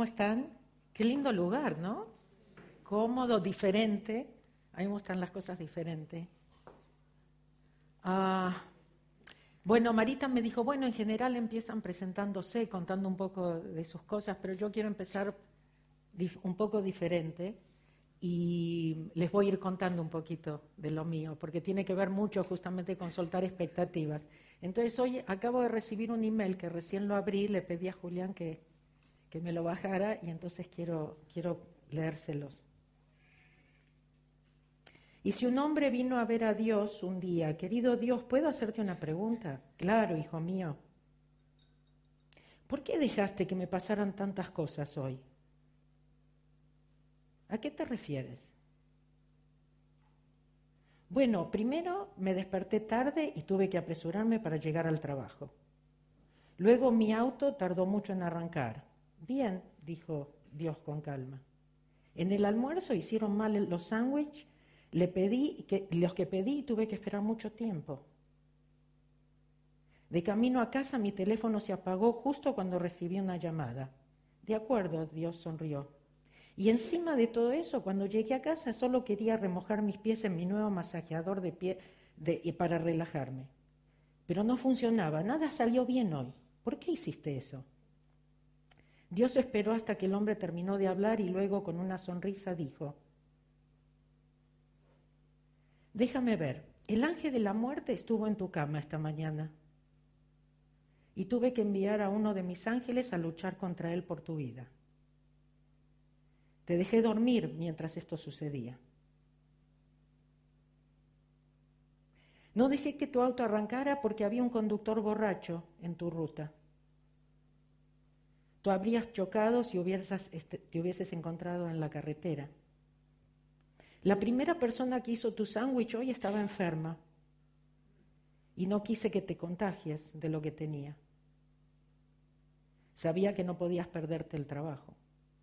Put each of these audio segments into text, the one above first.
están? Qué lindo lugar, ¿no? Cómodo, diferente. A mí me gustan las cosas diferentes. Bueno, Marita me dijo, bueno, en general empiezan presentándose, contando un poco de sus cosas, pero yo quiero empezar un poco diferente y les voy a ir contando un poquito de lo mío, porque tiene que ver mucho justamente con soltar expectativas. Entonces hoy acabo de recibir un email que recién lo abrí, le pedí a Julián que me lo bajara y entonces quiero leérselos. Y si un hombre vino a ver a Dios un día, querido Dios, ¿puedo hacerte una pregunta? Claro, hijo mío. ¿Por qué dejaste que me pasaran tantas cosas hoy? ¿A qué te refieres? Bueno, primero me desperté tarde y tuve que apresurarme para llegar al trabajo. Luego mi auto tardó mucho en arrancar. Bien, dijo Dios con calma. En el almuerzo hicieron mal los sándwiches, los que pedí y tuve que esperar mucho tiempo. De camino a casa mi teléfono se apagó justo cuando recibí una llamada. De acuerdo, Dios sonrió. Y encima de todo eso, cuando llegué a casa solo quería remojar mis pies en mi nuevo masajeador de pie para relajarme. Pero no funcionaba, nada salió bien hoy. ¿Por qué hiciste eso? Dios esperó hasta que el hombre terminó de hablar y luego con una sonrisa dijo, déjame ver, el ángel de la muerte estuvo en tu cama esta mañana y tuve que enviar a uno de mis ángeles a luchar contra él por tu vida. Te dejé dormir mientras esto sucedía. No dejé que tu auto arrancara porque había un conductor borracho en tu ruta. Tú habrías chocado si te hubieses encontrado en la carretera. La primera persona que hizo tu sándwich hoy estaba enferma y no quise que te contagies de lo que tenía. Sabía que no podías perderte el trabajo.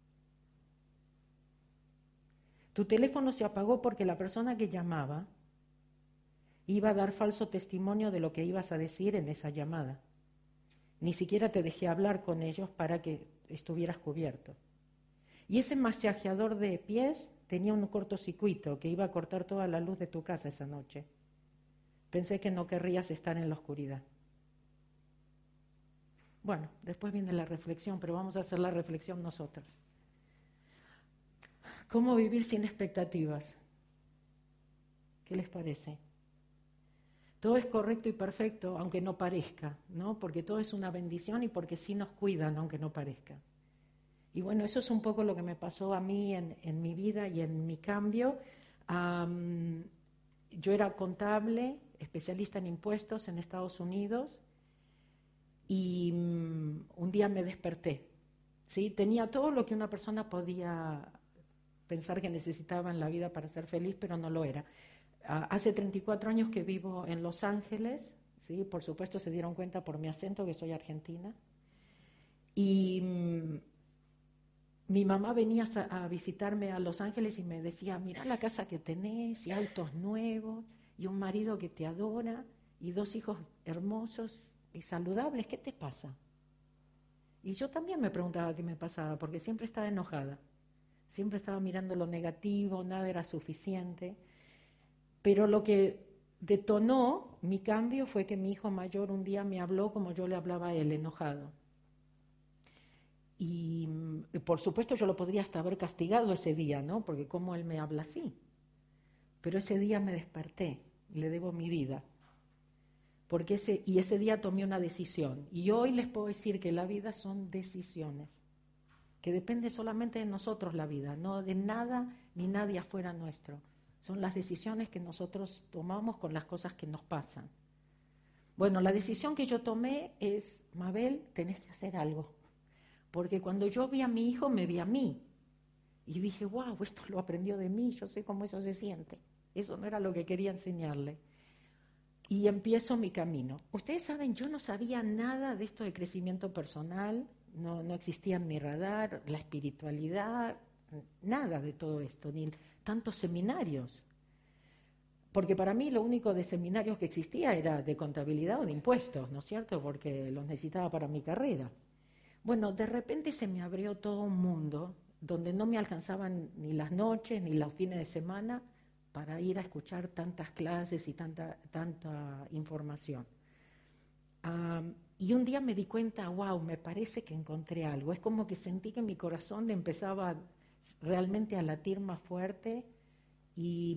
Tu teléfono se apagó porque la persona que llamaba iba a dar falso testimonio de lo que ibas a decir en esa llamada. Ni siquiera te dejé hablar con ellos para que estuvieras cubierto. Y ese masajeador de pies tenía un cortocircuito que iba a cortar toda la luz de tu casa esa noche. Pensé que no querrías estar en la oscuridad. Bueno, después viene la reflexión, pero vamos a hacer la reflexión nosotras. ¿Cómo vivir sin expectativas? ¿Qué les parece? Todo es correcto y perfecto, aunque no parezca, ¿no? Porque todo es una bendición y porque sí nos cuidan, aunque no parezca. Y bueno, eso es un poco lo que me pasó a mí en mi vida y en mi cambio. Yo era contable, especialista en impuestos en Estados Unidos, y un día me desperté, ¿sí? Tenía todo lo que una persona podía pensar que necesitaba en la vida para ser feliz, pero no lo era. Hace 34 años que vivo en Los Ángeles, ¿sí? Por supuesto se dieron cuenta por mi acento que soy argentina. Y mi mamá venía a visitarme a Los Ángeles y me decía, mira la casa que tenés, y autos nuevos, y un marido que te adora, y 2 hijos hermosos y saludables, ¿qué te pasa? Y yo también me preguntaba qué me pasaba, porque siempre estaba enojada, siempre estaba mirando lo negativo, nada era suficiente. Pero lo que detonó mi cambio fue que mi hijo mayor un día me habló como yo le hablaba a él, enojado. Y por supuesto yo lo podría hasta haber castigado ese día, ¿no? Porque cómo él me habla así. Pero ese día me desperté, le debo mi vida. Y ese día tomé una decisión. Y hoy les puedo decir que la vida son decisiones, que depende solamente de nosotros la vida, no de nada ni nadie afuera nuestro. Son las decisiones que nosotros tomamos con las cosas que nos pasan. Bueno, la decisión que yo tomé es, Mabel, tenés que hacer algo. Porque cuando yo vi a mi hijo, me vi a mí. Y dije, wow, esto lo aprendió de mí, yo sé cómo eso se siente. Eso no era lo que quería enseñarle. Y empiezo mi camino. Ustedes saben, yo no sabía nada de esto de crecimiento personal, no existía en mi radar, la espiritualidad, nada de todo esto, ni tantos seminarios. Porque para mí lo único de seminarios que existía era de contabilidad o de impuestos, ¿no es cierto? Porque los necesitaba para mi carrera. Bueno, de repente se me abrió todo un mundo donde no me alcanzaban ni las noches ni los fines de semana para ir a escuchar tantas clases y tanta información. Y un día me di cuenta, wow, me parece que encontré algo. Es como que sentí que mi corazón empezaba realmente a latir más fuerte y,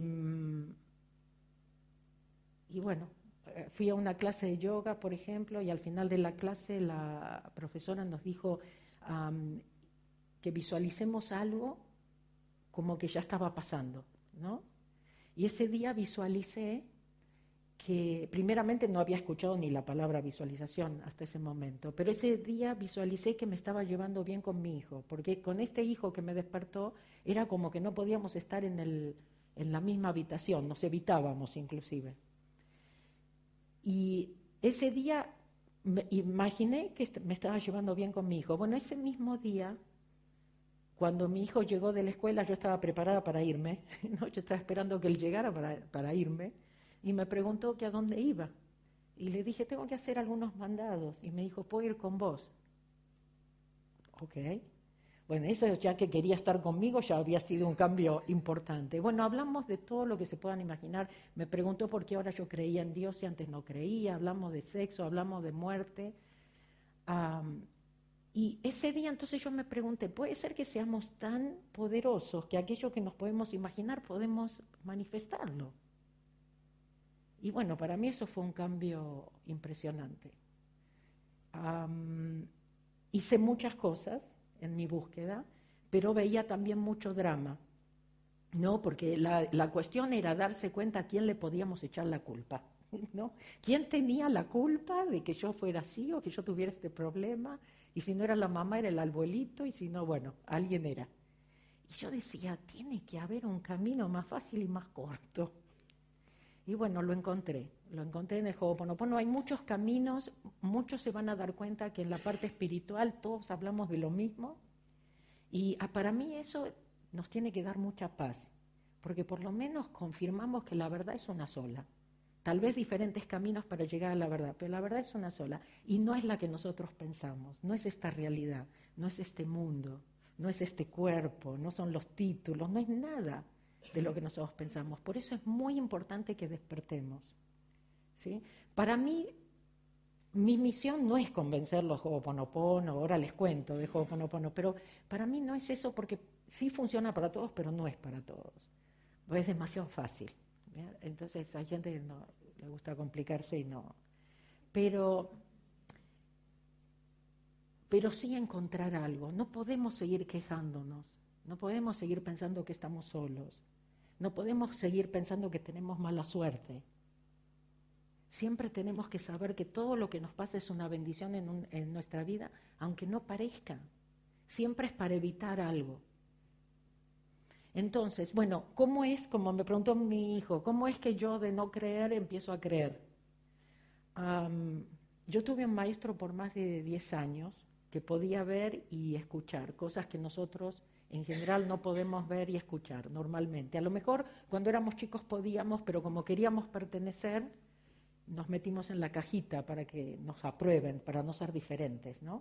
y bueno, fui a una clase de yoga, por ejemplo, y al final de la clase la profesora nos dijo que visualicemos algo como que ya estaba pasando, ¿no? Y ese día visualicé que primeramente no había escuchado ni la palabra visualización hasta ese momento, pero ese día visualicé que me estaba llevando bien con mi hijo, porque con este hijo que me despertó era como que no podíamos estar en la misma habitación, nos evitábamos inclusive. Y ese día me imaginé que me estaba llevando bien con mi hijo. Bueno, ese mismo día, cuando mi hijo llegó de la escuela, yo estaba preparada para irme, ¿no? Yo estaba esperando que él llegara para irme, y me preguntó que a dónde iba. Y le dije, tengo que hacer algunos mandados. Y me dijo, ¿puedo ir con vos? Ok. Bueno, eso ya que quería estar conmigo ya había sido un cambio importante. Bueno, hablamos de todo lo que se puedan imaginar. Me preguntó por qué ahora yo creía en Dios y antes no creía. Hablamos de sexo, hablamos de muerte. Y ese día entonces yo me pregunté, ¿puede ser que seamos tan poderosos que aquello que nos podemos imaginar podemos manifestarlo? Y bueno, para mí eso fue un cambio impresionante. Hice muchas cosas en mi búsqueda, pero veía también mucho drama, ¿no? Porque la cuestión era darse cuenta a quién le podíamos echar la culpa, ¿no? ¿Quién tenía la culpa de que yo fuera así o que yo tuviera este problema? Y si no era la mamá, era el abuelito, y si no, bueno, alguien era. Y yo decía, tiene que haber un camino más fácil y más corto. Y bueno, lo encontré en el Ho'oponopono. Hay muchos caminos, muchos se van a dar cuenta que en la parte espiritual todos hablamos de lo mismo, y para mí eso nos tiene que dar mucha paz, porque por lo menos confirmamos que la verdad es una sola. Tal vez diferentes caminos para llegar a la verdad, pero la verdad es una sola, y no es la que nosotros pensamos, no es esta realidad, no es este mundo, no es este cuerpo, no son los títulos, no es nada de lo que nosotros pensamos. Por eso es muy importante que despertemos, ¿sí? Para mí, mi misión no es convencerlos de Ho'oponopono, ahora les cuento de Ho'oponopono, pero para mí no es eso, porque sí funciona para todos, pero no es para todos. Es demasiado fácil, ¿bien? Entonces hay gente que no le gusta complicarse y no. Pero sí encontrar algo. No podemos seguir quejándonos, no podemos seguir pensando que estamos solos, no podemos seguir pensando que tenemos mala suerte. Siempre tenemos que saber que todo lo que nos pasa es una bendición en nuestra vida, aunque no parezca. Siempre es para evitar algo. Entonces, bueno, ¿cómo es, como me preguntó mi hijo, cómo es que yo de no creer empiezo a creer? Yo tuve un maestro por más de 10 años que podía ver y escuchar, cosas que nosotros en general no podemos ver y escuchar normalmente. A lo mejor cuando éramos chicos podíamos, pero como queríamos pertenecer, nos metimos en la cajita para que nos aprueben, para no ser diferentes, ¿no?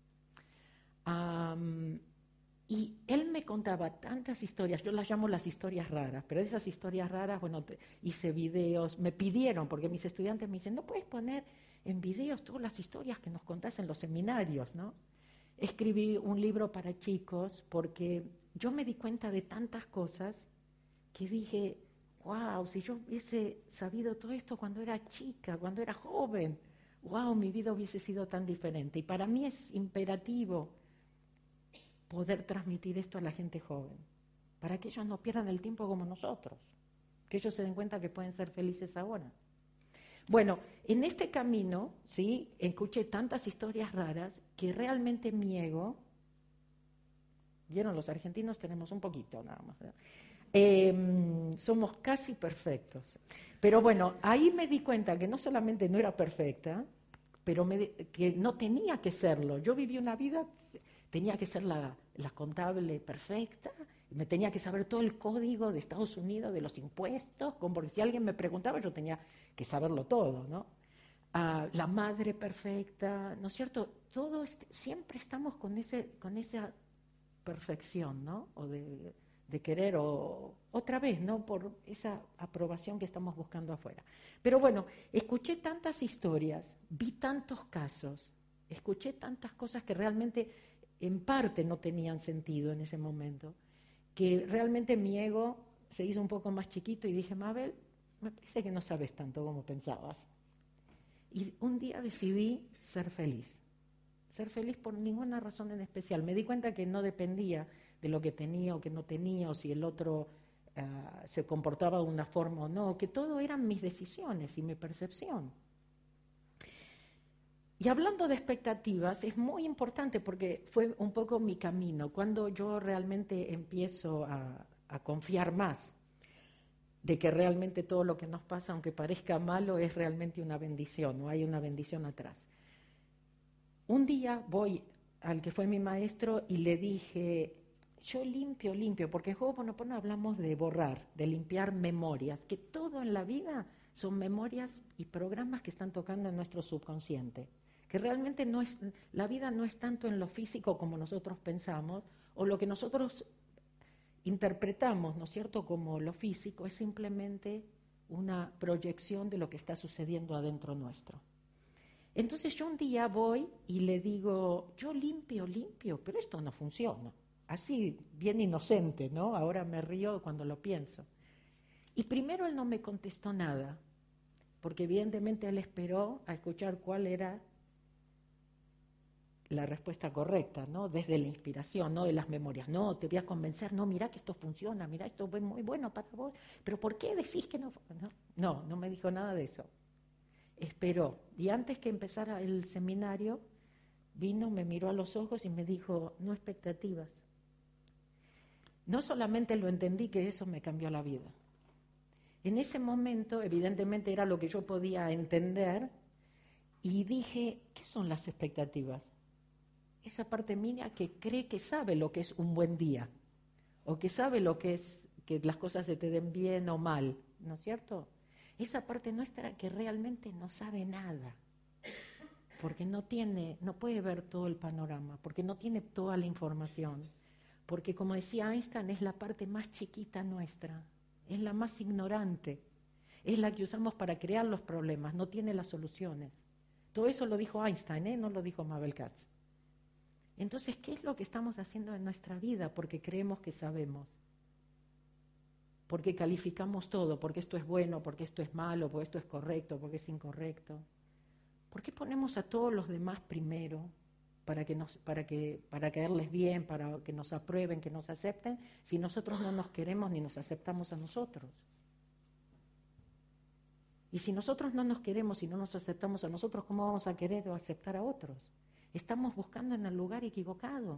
Y él me contaba tantas historias, yo las llamo las historias raras, pero de esas historias raras, bueno, hice videos, me pidieron, porque mis estudiantes me dicen, ¿no puedes poner en videos todas las historias que nos contás en los seminarios, ¿no? Escribí un libro para chicos porque yo me di cuenta de tantas cosas que dije, wow, si yo hubiese sabido todo esto cuando era chica, cuando era joven, wow, mi vida hubiese sido tan diferente. Y para mí es imperativo poder transmitir esto a la gente joven, para que ellos no pierdan el tiempo como nosotros, que ellos se den cuenta que pueden ser felices ahora. Bueno, en este camino, ¿sí?, escuché tantas historias raras que realmente mi ego, ¿vieron? Los argentinos tenemos un poquito nada más, somos casi perfectos. Pero bueno, ahí me di cuenta que no solamente no era perfecta, pero que no tenía que serlo. Yo viví una vida, tenía que ser la contable perfecta, me tenía que saber todo el código de Estados Unidos, de los impuestos, porque si alguien me preguntaba yo tenía que saberlo todo, ¿no? la madre perfecta, ¿no es cierto? Siempre estamos con esa perfección, ¿no? O de querer, o otra vez, ¿no? Por esa aprobación que estamos buscando afuera. Pero bueno, escuché tantas historias, vi tantos casos, escuché tantas cosas que realmente en parte no tenían sentido en ese momento, que realmente mi ego se hizo un poco más chiquito y dije, Mabel, me parece que no sabes tanto como pensabas. Y un día decidí ser feliz por ninguna razón en especial. Me di cuenta que no dependía de lo que tenía o que no tenía, o si el otro se comportaba de una forma o no, que todo eran mis decisiones y mi percepción. Y hablando de expectativas, es muy importante porque fue un poco mi camino, cuando yo realmente empiezo a confiar más de que realmente todo lo que nos pasa, aunque parezca malo, es realmente una bendición, o hay una bendición atrás. Un día voy al que fue mi maestro y le dije, yo limpio, porque en Ho'oponopono hablamos de borrar, de limpiar memorias, que todo en la vida son memorias y programas que están tocando en nuestro subconsciente, que realmente la vida no es tanto en lo físico como nosotros pensamos, o lo que nosotros interpretamos, ¿no es cierto?, como lo físico, es simplemente una proyección de lo que está sucediendo adentro nuestro. Entonces yo un día voy y le digo, yo limpio, pero esto no funciona. Así, bien inocente, ¿no? Ahora me río cuando lo pienso. Y primero él no me contestó nada, porque evidentemente él esperó a escuchar cuál era la respuesta correcta, ¿no? Desde la inspiración, no de las memorias. No, te voy a convencer, no, mira que esto funciona, mira, esto es muy bueno para vos, pero ¿por qué decís que no? No me dijo nada de eso. Esperó, y antes que empezara el seminario, vino, me miró a los ojos y me dijo, no expectativas. No solamente lo entendí, que eso me cambió la vida. En ese momento, evidentemente, era lo que yo podía entender, y dije, ¿qué son las expectativas? Esa parte mía que cree que sabe lo que es un buen día, o que sabe lo que es que las cosas se te den bien o mal, ¿no es cierto? Esa parte nuestra que realmente no sabe nada, porque no puede ver todo el panorama, porque no tiene toda la información, porque como decía Einstein, es la parte más chiquita nuestra, es la más ignorante, es la que usamos para crear los problemas, no tiene las soluciones. Todo eso lo dijo Einstein, no lo dijo Mabel Katz. Entonces, ¿qué es lo que estamos haciendo en nuestra vida? Porque creemos que sabemos, porque calificamos todo, porque esto es bueno, porque esto es malo, porque esto es correcto, porque es incorrecto. ¿Por qué ponemos a todos los demás primero para caerles bien, para que nos aprueben, que nos acepten, si nosotros no nos queremos ni nos aceptamos a nosotros? Y si nosotros no nos queremos y no nos aceptamos a nosotros, ¿cómo vamos a querer o aceptar a otros? Estamos buscando en el lugar equivocado.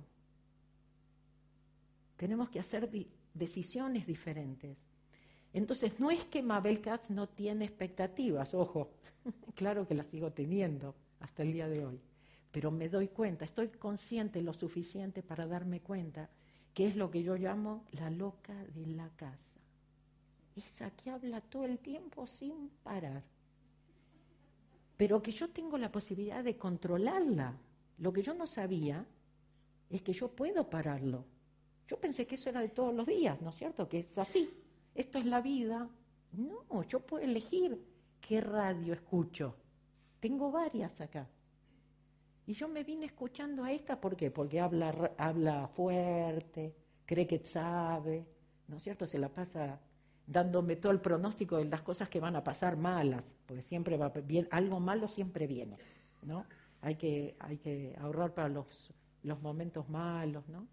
Tenemos que hacer decisiones diferentes. Entonces, no es que Mabel Katz no tiene expectativas, ojo, claro que las sigo teniendo hasta el día de hoy, pero me doy cuenta, estoy consciente lo suficiente para darme cuenta que es lo que yo llamo la loca de la casa. Esa que habla todo el tiempo sin parar, pero que yo tengo la posibilidad de controlarla. Lo que yo no sabía es que yo puedo pararlo. Yo pensé que eso era de todos los días, ¿no es cierto? Que es así. Esto es la vida. No, yo puedo elegir qué radio escucho. Tengo varias acá. Y yo me vine escuchando a esta, ¿por qué? Porque habla fuerte, cree que sabe, ¿no es cierto? Se la pasa dándome todo el pronóstico de las cosas que van a pasar malas, porque siempre va bien, algo malo siempre viene, ¿no? Hay que ahorrar para los momentos malos, ¿no?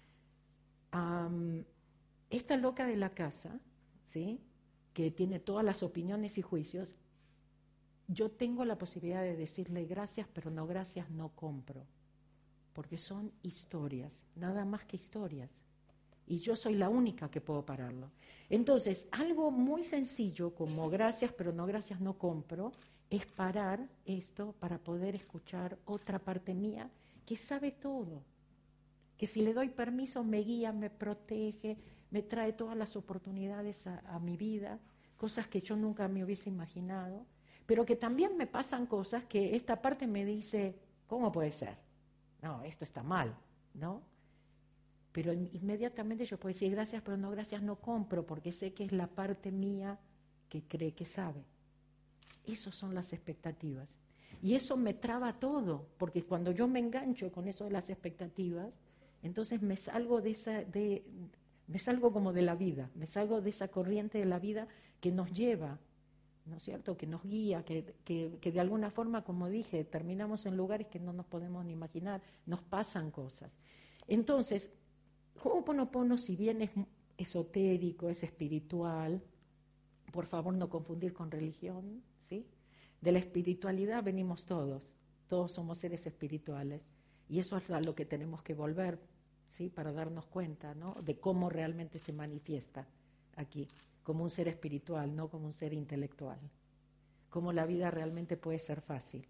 Esta loca de la casa, ¿sí?, que tiene todas las opiniones y juicios, yo tengo la posibilidad de decirle gracias, pero no gracias, no compro, porque son historias, nada más que historias, y yo soy la única que puedo pararlo. Entonces, algo muy sencillo como gracias, pero no gracias, no compro, es parar esto para poder escuchar otra parte mía que sabe todo, que si le doy permiso me guía, me protege, me trae todas las oportunidades a mi vida, cosas que yo nunca me hubiese imaginado, pero que también me pasan cosas que esta parte me dice, ¿cómo puede ser? No, esto está mal, ¿no? Pero inmediatamente yo puedo decir gracias, pero no gracias, no compro, porque sé que es la parte mía que cree que sabe. Esas son las expectativas. Y eso me traba todo, porque cuando yo me engancho con eso de las expectativas, entonces me salgo me salgo como de la vida, me salgo de esa corriente de la vida que nos lleva, ¿no es cierto?, que nos guía, que de alguna forma, como dije, terminamos en lugares que no nos podemos ni imaginar, nos pasan cosas. Entonces, Ho'oponopono, si bien es esotérico, es espiritual, por favor no confundir con religión, ¿sí? De la espiritualidad venimos todos somos seres espirituales, y eso es a lo que tenemos que volver, ¿sí? Para darnos cuenta, ¿no?, de cómo realmente se manifiesta aquí, como un ser espiritual, no como un ser intelectual, cómo la vida realmente puede ser fácil.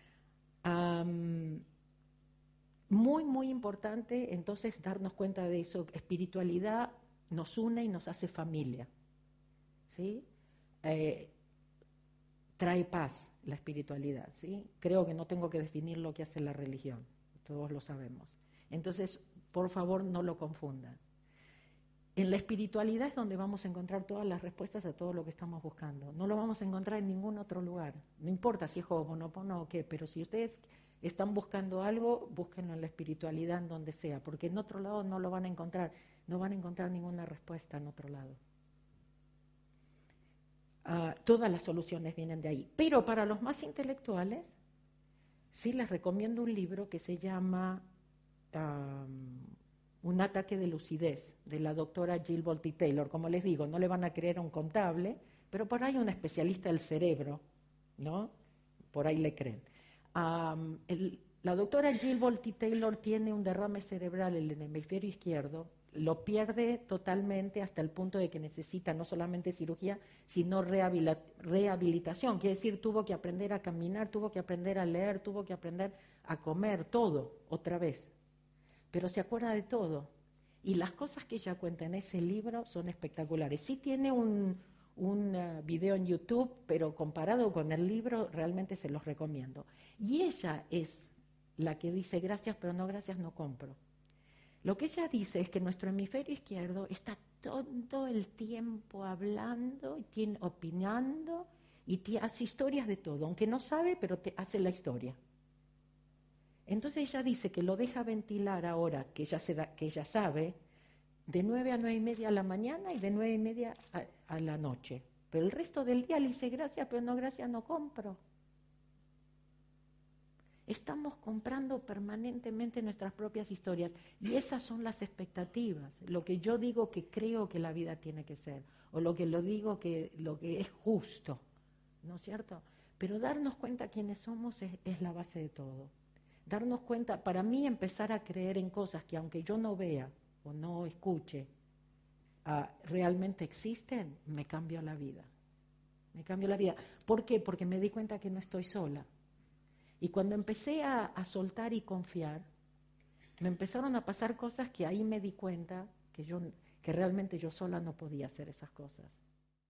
Muy, muy importante entonces darnos cuenta de eso. Espiritualidad nos une y nos hace familia, ¿sí? Trae paz la espiritualidad, ¿sí? Creo que no tengo que definir lo que hace la religión, todos lo sabemos. Entonces, por favor, no lo confundan. En la espiritualidad es donde vamos a encontrar todas las respuestas a todo lo que estamos buscando. No lo vamos a encontrar en ningún otro lugar. No importa si es Ho'oponopono o qué, pero si ustedes están buscando algo, búsquenlo en la espiritualidad, en donde sea, porque en otro lado no lo van a encontrar. No van a encontrar ninguna respuesta en otro lado. Todas las soluciones vienen de ahí. Pero para los más intelectuales, sí les recomiendo un libro que se llama Un ataque de lucidez, de la doctora Jill Bolte Taylor. Como les digo, no le van a creer a un contable, pero por ahí un especialista del cerebro, ¿no? Por ahí le creen. La doctora Jill Bolte Taylor tiene un derrame cerebral en el hemisferio izquierdo, lo pierde totalmente hasta el punto de que necesita no solamente cirugía, sino rehabilitación. Quiere decir, tuvo que aprender a caminar, tuvo que aprender a leer, tuvo que aprender a comer, todo, otra vez. Pero se acuerda de todo. Y las cosas que ella cuenta en ese libro son espectaculares. Sí tiene un video en YouTube, pero comparado con el libro, realmente se los recomiendo. Y ella es la que dice gracias, pero no gracias, no compro. Lo que ella dice es que nuestro hemisferio izquierdo está todo el tiempo hablando, y opinando, y hace historias de todo, aunque no sabe, pero te hace la historia. Entonces ella dice que lo deja ventilar ahora, que ella sabe, de 9 a 9:30 a la mañana y de 9:30 a la noche. Pero el resto del día le dice gracias, pero no gracias, no compro. Estamos comprando permanentemente nuestras propias historias y esas son las expectativas, lo que yo digo que creo que la vida tiene que ser, o lo que lo que es justo, ¿no es cierto? Pero darnos cuenta quiénes somos es la base de todo. Darnos cuenta, para mí empezar a creer en cosas que aunque yo no vea o no escuche, realmente existen, me cambia la vida. Me cambió la vida. ¿Por qué? Porque me di cuenta que no estoy sola. Y cuando empecé a soltar y confiar, me empezaron a pasar cosas que ahí me di cuenta que realmente yo sola no podía hacer esas cosas.